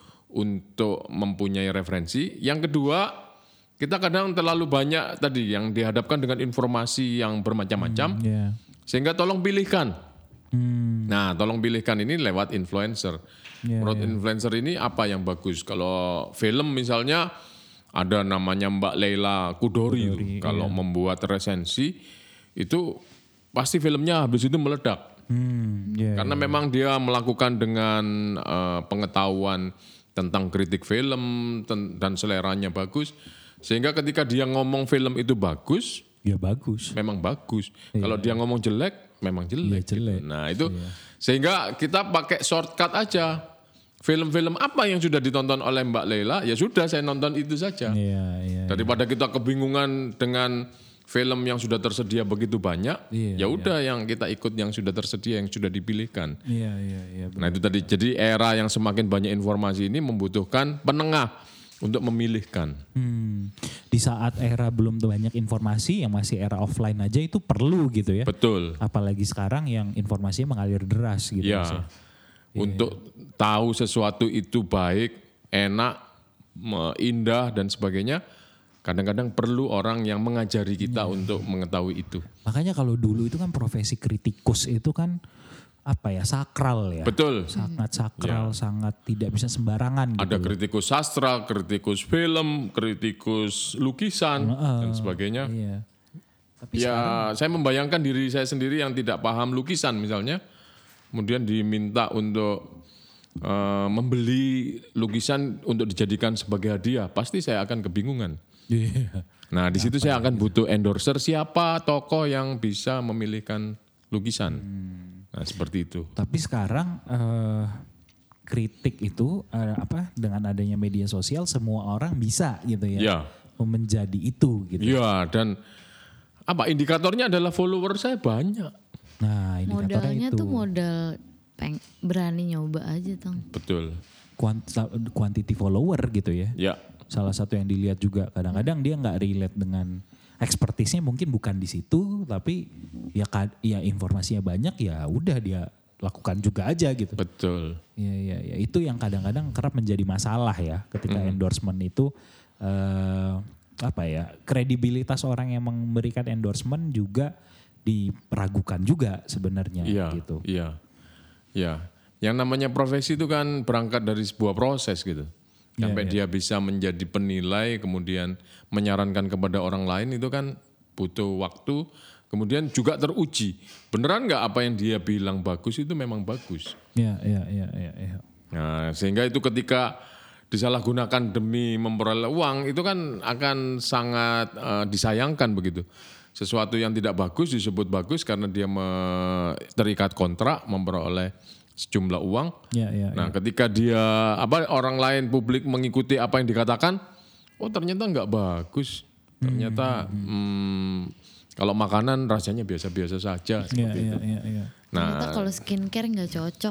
untuk mempunyai referensi. Yang kedua, kita kadang terlalu banyak tadi yang dihadapkan dengan informasi yang bermacam-macam, Ya. sehingga tolong pilihkan. Hmm. Nah, tolong pilihkan ini lewat influencer. Ya, Menurut influencer ini apa yang bagus? Kalau film misalnya ada namanya Mbak Leila Kudori, itu. Kalau membuat resensi itu pasti filmnya habis itu meledak. Hmm. Ya. Karena memang dia melakukan dengan uh, pengetahuan tentang kritik film ten- dan seleranya bagus. Sehingga ketika dia ngomong film itu bagus, Ya bagus. memang bagus. Kalau dia ngomong jelek, memang jelek. Iya, jelek. Gitu. Nah itu sehingga kita pakai shortcut aja. Film-film apa yang sudah ditonton oleh Mbak Leila, ya sudah saya nonton itu saja. Iya, iya. Daripada kita kebingungan dengan film yang sudah tersedia begitu banyak, Iya, ya udah yang kita ikut yang sudah tersedia, yang sudah dipilihkan. Iya, iya, iya. Nah itu tadi, jadi era yang semakin banyak informasi ini membutuhkan penengah untuk memilihkan. Hmm. Di saat era belum banyak informasi, yang masih era offline aja itu perlu gitu ya. Betul. Apalagi sekarang yang informasinya mengalir deras gitu. Ya, Mas, ya. untuk tahu sesuatu itu baik, enak, me- indah dan sebagainya, kadang-kadang perlu orang yang mengajari kita untuk mengetahui itu. Makanya kalau dulu itu kan profesi kritikus itu kan apa ya, sakral ya. Betul. Sangat sakral, sangat tidak bisa sembarangan gitu. Ada kritikus sastra, kritikus film, kritikus lukisan dan sebagainya. Iya. Tapi Ya, saya membayangkan diri saya sendiri yang tidak paham lukisan misalnya, kemudian diminta untuk uh, membeli lukisan untuk dijadikan sebagai hadiah, pasti saya akan kebingungan. Iya. Nah, di situ saya akan butuh endorser, siapa tokoh yang bisa memilihkan lukisan. Nah, seperti itu. Tapi sekarang eh, kritik itu eh, apa dengan adanya media sosial semua orang bisa gitu ya. Ya. Menjadi itu gitu. Iya, dan apa indikatornya adalah follower saya banyak. Nah, indikatornya Modalnya itu tuh modal peng berani nyoba aja Tang. Betul. Kuant- quantity follower gitu ya. Ya. Salah satu yang dilihat juga kadang-kadang dia nggak relate dengan ekspertisnya, mungkin bukan di situ, tapi ya ka- ya informasinya banyak, ya udah dia lakukan juga aja gitu. Betul. Iya, iya, iya. Itu yang kadang-kadang kerap menjadi masalah ya ketika endorsement itu eh, apa ya, kredibilitas orang yang memberikan endorsement juga diragukan juga sebenarnya Iya, gitu. iya, iya. Yang namanya profesi itu kan berangkat dari sebuah proses gitu. Sampai dia bisa menjadi penilai, kemudian menyarankan kepada orang lain itu kan butuh waktu. Kemudian juga teruji. Beneran nggak apa yang dia bilang bagus itu memang bagus. Iya, iya, iya, iya. iya. Nah, sehingga itu ketika disalahgunakan demi memperoleh uang itu kan akan sangat uh, disayangkan begitu. Sesuatu yang tidak bagus disebut bagus karena dia me- terikat kontrak memperoleh sejumlah uang. Iya, iya. Nah, ketika dia apa orang lain publik mengikuti apa yang dikatakan, oh ternyata nggak bagus. Ternyata hmm, kalau makanan rasanya biasa-biasa saja. Iya, seperti iya, itu. iya, iya. Ternyata kalau skincare nggak cocok.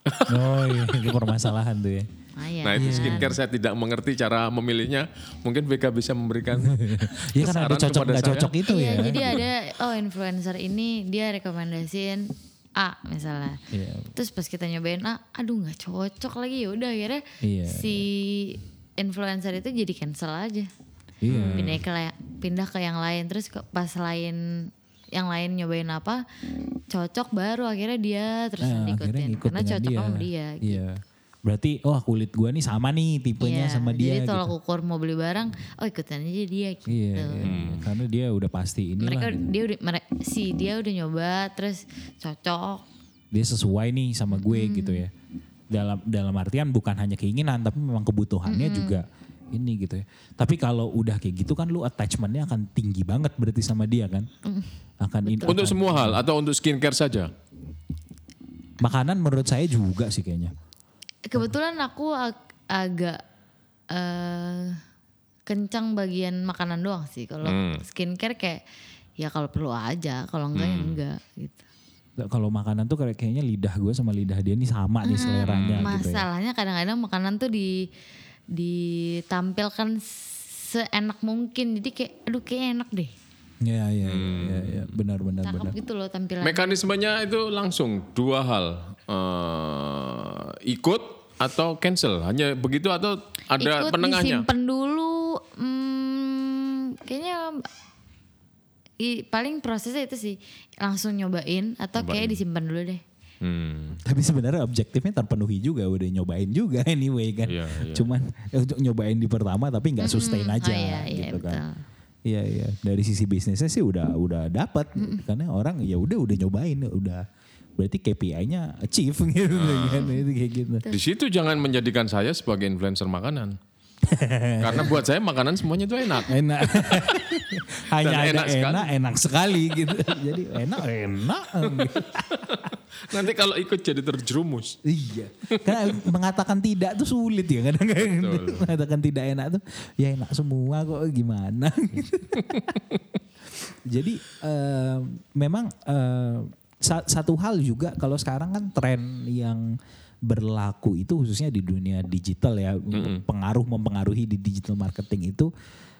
Oh iya, itu permasalahan tuh ya. Ah, ya. Nah itu skincare saya tidak mengerti cara memilihnya. Mungkin Vega bisa memberikan Iya kan ada saran cocok kepada nggak saya. cocok itu Iya, ya. jadi ada oh influencer ini dia rekomendasiin A misalnya. Iya. Terus pas kita nyobain A, aduh nggak cocok lagi, ya udah akhirnya Iya, si influencer itu jadi cancel aja. Iya. Pindah ke la- pindah ke yang lain, terus ke- pas lain yang lain nyobain apa cocok baru akhirnya dia terus Nah, akhirnya ngikutin ngikut karena dengan cocok dia. sama dia. Iya. Berarti oh kulit gue nih sama nih tipenya Iya, sama dia jadi tolak gitu. ukur mau beli barang, oh ikutan aja dia gitu. Iya, iya, iya. Karena dia udah pasti inilah. Mereka gitu. dia udah mere- si dia udah nyoba terus cocok. Dia sesuai nih sama gue gitu ya. Dalam dalam artian bukan hanya keinginan tapi memang kebutuhannya juga ini gitu ya. Tapi kalau udah kayak gitu kan lu attachmentnya akan tinggi banget berarti sama dia kan. Akan in- Untuk akan- semua hal atau untuk skincare saja? makanan menurut saya juga sih kayaknya. Kebetulan aku ag- agak eh kencang bagian makanan doang sih. Kalau skincare kayak ya kalau perlu aja, kalau enggak ya enggak gitu. Kalau makanan tuh kayak kayaknya lidah gue sama lidah dia nih sama nih seleranya gitu ya. Masalahnya kadang-kadang makanan tuh di ditampilkan seenak mungkin. Jadi kayak aduh kayak enak deh. Iya iya iya ya, benar benar Cakep benar. gitu loh tampilan. Mekanismenya itu langsung dua hal, eh, ikut atau cancel, hanya begitu atau ada Ikut penengahnya? disimpan dulu. Hmm, kayaknya i- paling prosesnya itu sih langsung nyobain atau kayak disimpan dulu deh. Hmm. Tapi sebenarnya objektifnya terpenuhi juga, udah nyobain juga anyway kan. Iya, iya. Cuman eh, untuk nyobain di pertama tapi nggak sustain Oh aja iya, iya gitu kan. betul. Iya iya, dari sisi bisnisnya sih udah udah dapat karena orang ya udah udah nyobain udah berarti K P I-nya achieve gitu kan itu kayak gitu. Di situ jangan menjadikan saya sebagai influencer makanan. Karena buat saya makanan semuanya itu enak. Enak. Hanya Dan ada enak enak, sekali. enak sekali gitu. Jadi enak enak. Nanti kalau ikut jadi terjerumus. Iya. Karena mengatakan tidak tuh sulit ya kadang-kadang. Mengatakan tidak enak tuh ya enak semua kok gimana gitu. Jadi eh, memang eh, sa- satu hal juga kalau sekarang kan tren yang berlaku itu khususnya di dunia digital ya, pengaruh mempengaruhi di digital marketing itu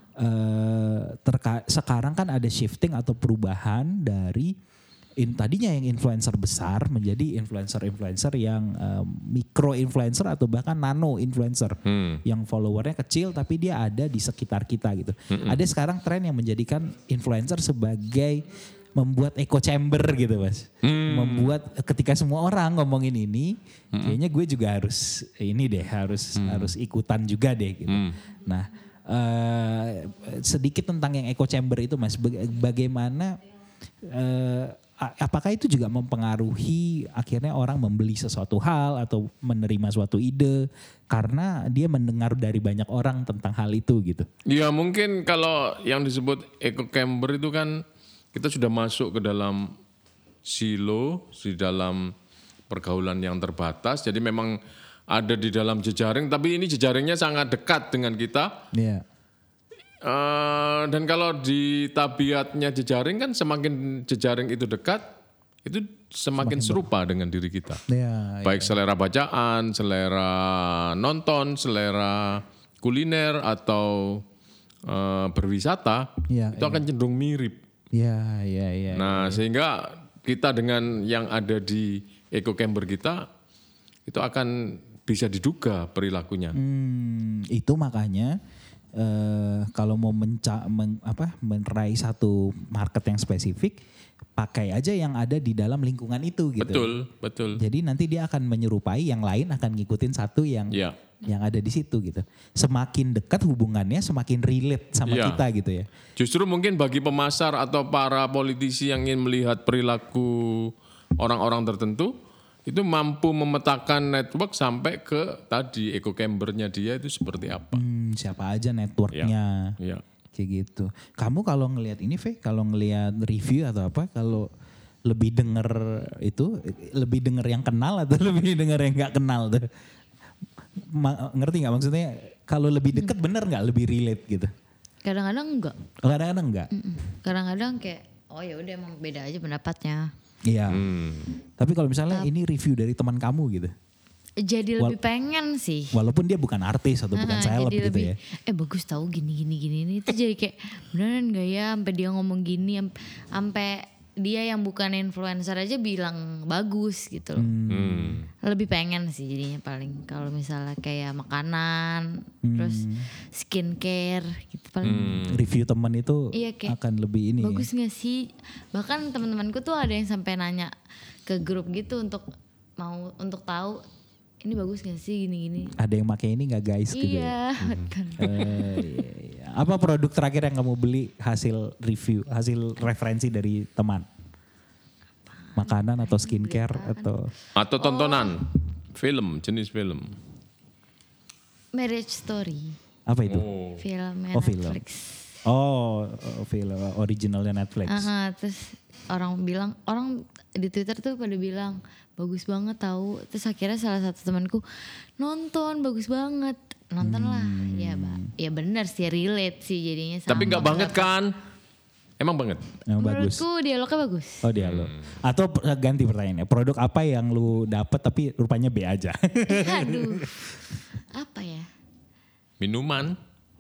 eh, terka- sekarang kan ada shifting atau perubahan dari in, tadinya yang influencer besar menjadi influencer-influencer yang eh, micro influencer atau bahkan nano influencer yang followernya kecil tapi dia ada di sekitar kita gitu. Ada sekarang tren yang menjadikan influencer sebagai membuat echo chamber gitu mas, membuat ketika semua orang ngomongin ini, kayaknya gue juga harus ini deh harus harus ikutan juga deh gitu. Nah eh, sedikit tentang yang echo chamber itu mas, Baga- bagaimana eh, a- apakah itu juga mempengaruhi akhirnya orang membeli sesuatu hal atau menerima suatu ide karena dia mendengar dari banyak orang tentang hal itu gitu. Ya mungkin kalau yang disebut echo chamber itu kan kita sudah masuk ke dalam silo, di dalam pergaulan yang terbatas. Jadi memang ada di dalam jejaring, tapi ini jejaringnya sangat dekat dengan kita. Iya. Eh, dan kalau di tabiatnya jejaring kan semakin jejaring itu dekat, itu semakin, serupa dengan diri kita. Iya. Baik selera bacaan, selera nonton, selera kuliner atau eh, berwisata, Iya, itu akan cenderung mirip. Iya, iya, iya. Nah sehingga kita dengan yang ada di echo chamber kita itu akan bisa diduga perilakunya. Hmm, itu makanya eh, kalau mau menca, men, apa, meraih satu market yang spesifik, pakai aja yang ada di dalam lingkungan itu gitu. Betul, betul. Jadi nanti dia akan menyerupai, yang lain akan ngikutin satu yang Ya. yang ada di situ gitu. Semakin dekat hubungannya, semakin relate sama Iya. kita gitu ya. Justru mungkin bagi pemasar atau para politisi yang ingin melihat perilaku orang-orang tertentu, itu mampu memetakan network sampai ke tadi echo chamber-nya dia itu seperti apa. Hmm, siapa aja networknya. Ya. Kayak gitu. Kamu kalau ngelihat ini, Fe, kalau ngelihat review atau apa, kalau lebih denger itu, lebih denger yang kenal atau lebih denger yang nggak kenal tuh? Ma- ngerti nggak maksudnya? Kalau lebih deket bener nggak lebih relate gitu? Kadang-kadang enggak. Kadang-kadang enggak. Mm-mm. Kadang-kadang kayak oh ya udah emang beda aja pendapatnya. Iya. Hmm. Tapi kalau misalnya ini review dari teman kamu gitu, Jadi lebih pengen sih. walaupun dia bukan artis atau bukan Nah, seleb jadi gitu lebih, ya. Eh bagus tahu gini gini gini ini itu jadi kayak beneran gak ya sampai dia ngomong gini am- sampai dia yang bukan influencer aja bilang bagus gitu loh. Hmm. Lebih pengen sih jadinya paling kalau misalnya kayak makanan, terus skincare gitu paling. Review teman itu Iya, kayak, akan lebih ini. ya. Bagus gak sih? Bahkan teman-temanku tuh ada yang sampai nanya ke grup gitu untuk mau untuk tahu ini bagus gak sih gini-gini. Ada yang pakai ini nggak guys gitu ya? Iya, betul. Eh, iya, iya. Apa produk terakhir yang kamu beli hasil review, hasil referensi dari teman? Makanan atau skincare atau Atau tontonan, film, jenis film. Marriage Story, apa itu? Oh. filmnya Oh, film. Netflix. Oh, oh, film originalnya Netflix. Aha, terus orang bilang, orang di Twitter tuh pada bilang bagus banget tahu. Terus akhirnya salah satu temanku nonton, bagus banget, nonton lah. Hmm. Ya, ba- ya benar sih, relate sih jadinya. Sama Tapi nggak banget kenapa- kan? Emang banget. Yang bagus. Menurutku dialognya bagus. Oh dialog. Atau eh, ganti pertanyaannya, produk apa yang lu dapet tapi rupanya B aja? Aduh, apa ya? Minuman.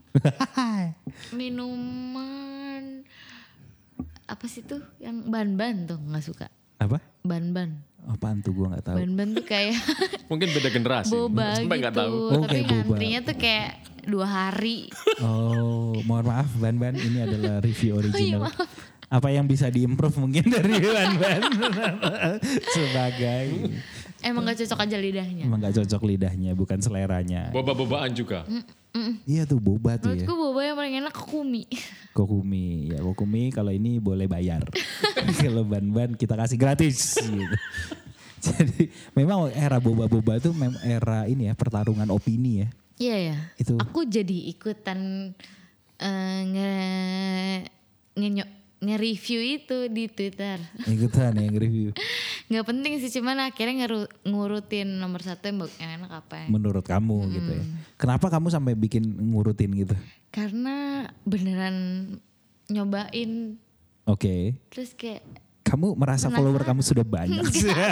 Minuman apa sih tuh yang ban-ban tuh nggak suka. Apa? Ban-ban. Apaan tuh gue nggak tahu. Ban-ban tuh kayak Mungkin beda generasi. boba Sampai gitu. nggak tahu. Oh, Tapi kayak boba. ngantrinya tuh kayak dua hari. Oh, mohon maaf Ban-Ban, ini adalah review Oh, original. iya, maaf. Apa yang bisa diimprove mungkin dari Ban-Ban sebagai Emang gak cocok aja lidahnya. emang gak cocok lidahnya, bukan seleranya. Boba-bobaan juga. Iya tuh boba tuh ya. Menurutku boba yang paling enak kokumi. Kokumi, ya Kokumi kalau ini boleh bayar. Kalau Ban-Ban kita kasih gratis. Gitu. Jadi memang era boba-boba tuh memang era ini ya, pertarungan opini ya. Iya ya. Itu. Aku jadi ikutan eh, nge nge- nge-review itu di Twitter. Ikutan yang review. Nggak penting sih, cuman akhirnya ngeru- ngurutin nomor satu yang, bag- yang enak apa ya. Menurut kamu gitu ya. Kenapa kamu sampai bikin ngurutin gitu? Karena beneran nyobain, Oke. terus kayak Kamu merasa Penasaran. follower kamu sudah banyak.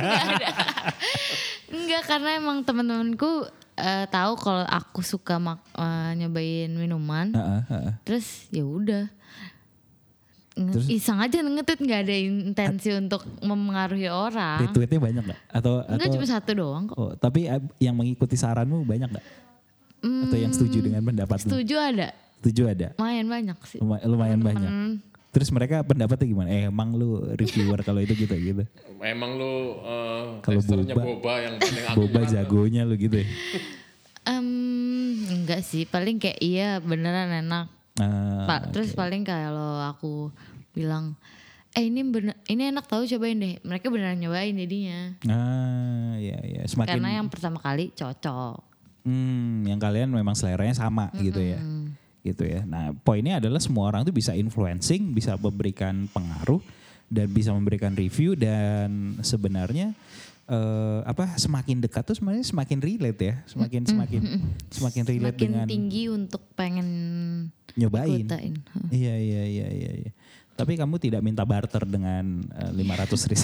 enggak, karena emang teman-temanku eh, tahu kalau aku suka mak- eh, nyobain minuman. Heeh, heeh. Terus ya udah. Nge- Terus? Iseng aja nge-tweet, nggak ada intensi untuk mempengaruhi orang. Retweetnya banyak gak? Atau, Enggak, atau cuma satu doang kok. oh, tapi eh, yang mengikuti saranmu banyak gak? Atau yang setuju dengan pendapatmu? Setuju ada, Setuju ada? lumayan banyak sih. Luma- Lumayan banyak. Hmm. Terus mereka pendapatnya gimana? Eh emang lu reviewer kalau itu gitu gitu. Emang lu uh, Kalau testernya boba- boba yang paling aku. Boba jagonya lu gitu ya. Em, enggak sih, paling kayak iya beneran enak. Ah, Pa- Terus paling kalau aku bilang, eh ini bener, ini enak tahu, cobain deh. Mereka beneran nyobain jadinya. ah ya ya semakin Karena yang pertama kali cocok. hmm, yang kalian memang seleranya sama gitu ya. Gitu ya. Nah, poinnya adalah semua orang tuh bisa influencing, bisa memberikan pengaruh dan bisa memberikan review, dan sebenarnya eh, apa semakin dekat tuh sebenarnya semakin relate ya, semakin semakin semakin relate Makin dengan tinggi untuk pengen nyobain. ikutain. Huh. Iya iya iya iya iya. Tapi kamu tidak minta barter dengan uh, lima ratus ribu.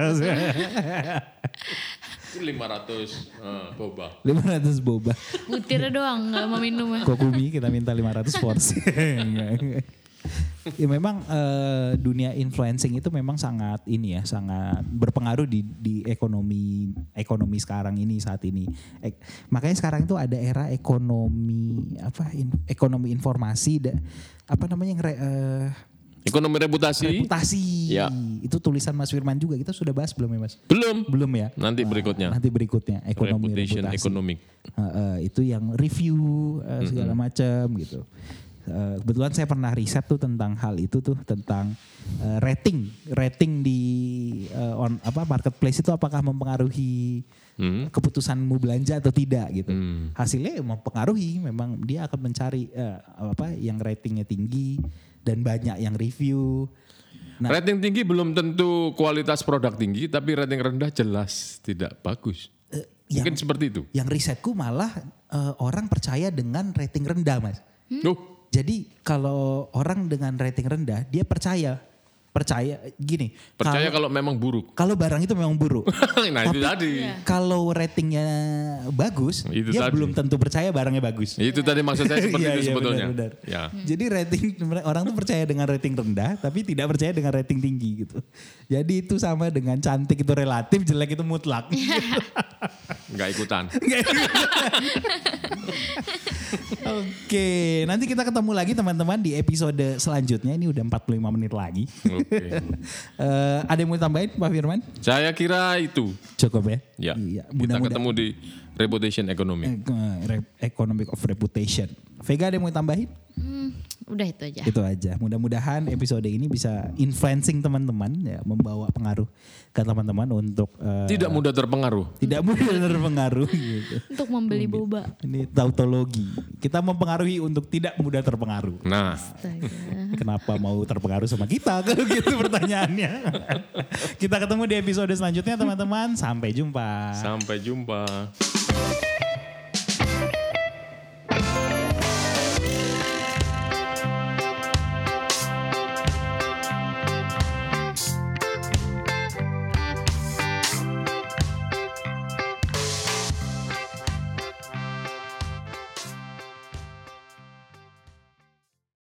lima ratus uh, boba. lima ratus boba. Butirnya doang, gak mau minum. Kokumi kita minta lima ratus porsi. Enggak, enggak. Ya memang eh, dunia influencing itu memang sangat ini ya, sangat berpengaruh di di ekonomi ekonomi sekarang ini saat ini. Ek, makanya sekarang itu ada era ekonomi apa in, ekonomi informasi da, apa namanya yang re, eh, Ekonomi reputasi. reputasi. Ya. Itu tulisan Mas Firman juga, kita sudah bahas belum ya Mas? Belum. Belum ya? Nanti berikutnya. Nanti berikutnya ekonomi Reputation reputasi. economic. Uh, uh, itu yang review uh, segala macam gitu. Uh, kebetulan saya pernah riset tuh tentang hal itu tuh, tentang uh, rating, rating di uh, on apa marketplace itu apakah mempengaruhi Hmm. keputusanmu belanja atau tidak gitu. Hmm. Hasilnya mempengaruhi, memang dia akan mencari uh, apa yang ratingnya tinggi dan banyak yang review. Nah, Rating tinggi belum tentu kualitas produk tinggi, tapi rating rendah jelas tidak bagus. uh, yang, Mungkin seperti itu. yang risetku malah uh, orang percaya dengan rating rendah Mas. Duh, Jadi kalau orang dengan rating rendah, dia percaya, percaya gini. percaya kalau kalau memang buruk. kalau barang itu memang buruk. Nah itu tadi. Kalau ratingnya bagus, Itu dia tadi. belum tentu percaya barangnya bagus. Itu tadi maksud saya seperti Iya, itu iya, sebetulnya. benar, benar. Ya. Jadi rating orang tuh percaya dengan rating rendah, tapi tidak percaya dengan rating tinggi gitu. Jadi itu sama dengan cantik itu relatif, jelek itu mutlak. Nggak ikutan. Oke, nanti kita ketemu lagi teman-teman di episode selanjutnya. Ini udah empat puluh lima menit lagi. Oke. Eh, ada yang mau tambahin Pak Firman? Saya kira itu. Cukup ya? Ya. Iya, Kita mudah-mudahan. ketemu di reputation economy. Eh, re- economic of reputation. Vega ada yang mau tambahin? Hmm, udah itu aja. Itu aja. Mudah-mudahan episode ini bisa influencing teman-teman ya, membawa pengaruh ke teman-teman untuk uh, Tidak mudah terpengaruh. tidak mudah terpengaruh gitu. Untuk membeli boba. Ini tautologi. Kita mempengaruhi untuk tidak mudah terpengaruh. Nah, Astaga. Kenapa mau terpengaruh sama kita kalau gitu pertanyaannya. Kita ketemu di episode selanjutnya teman-teman. Sampai jumpa. sampai jumpa.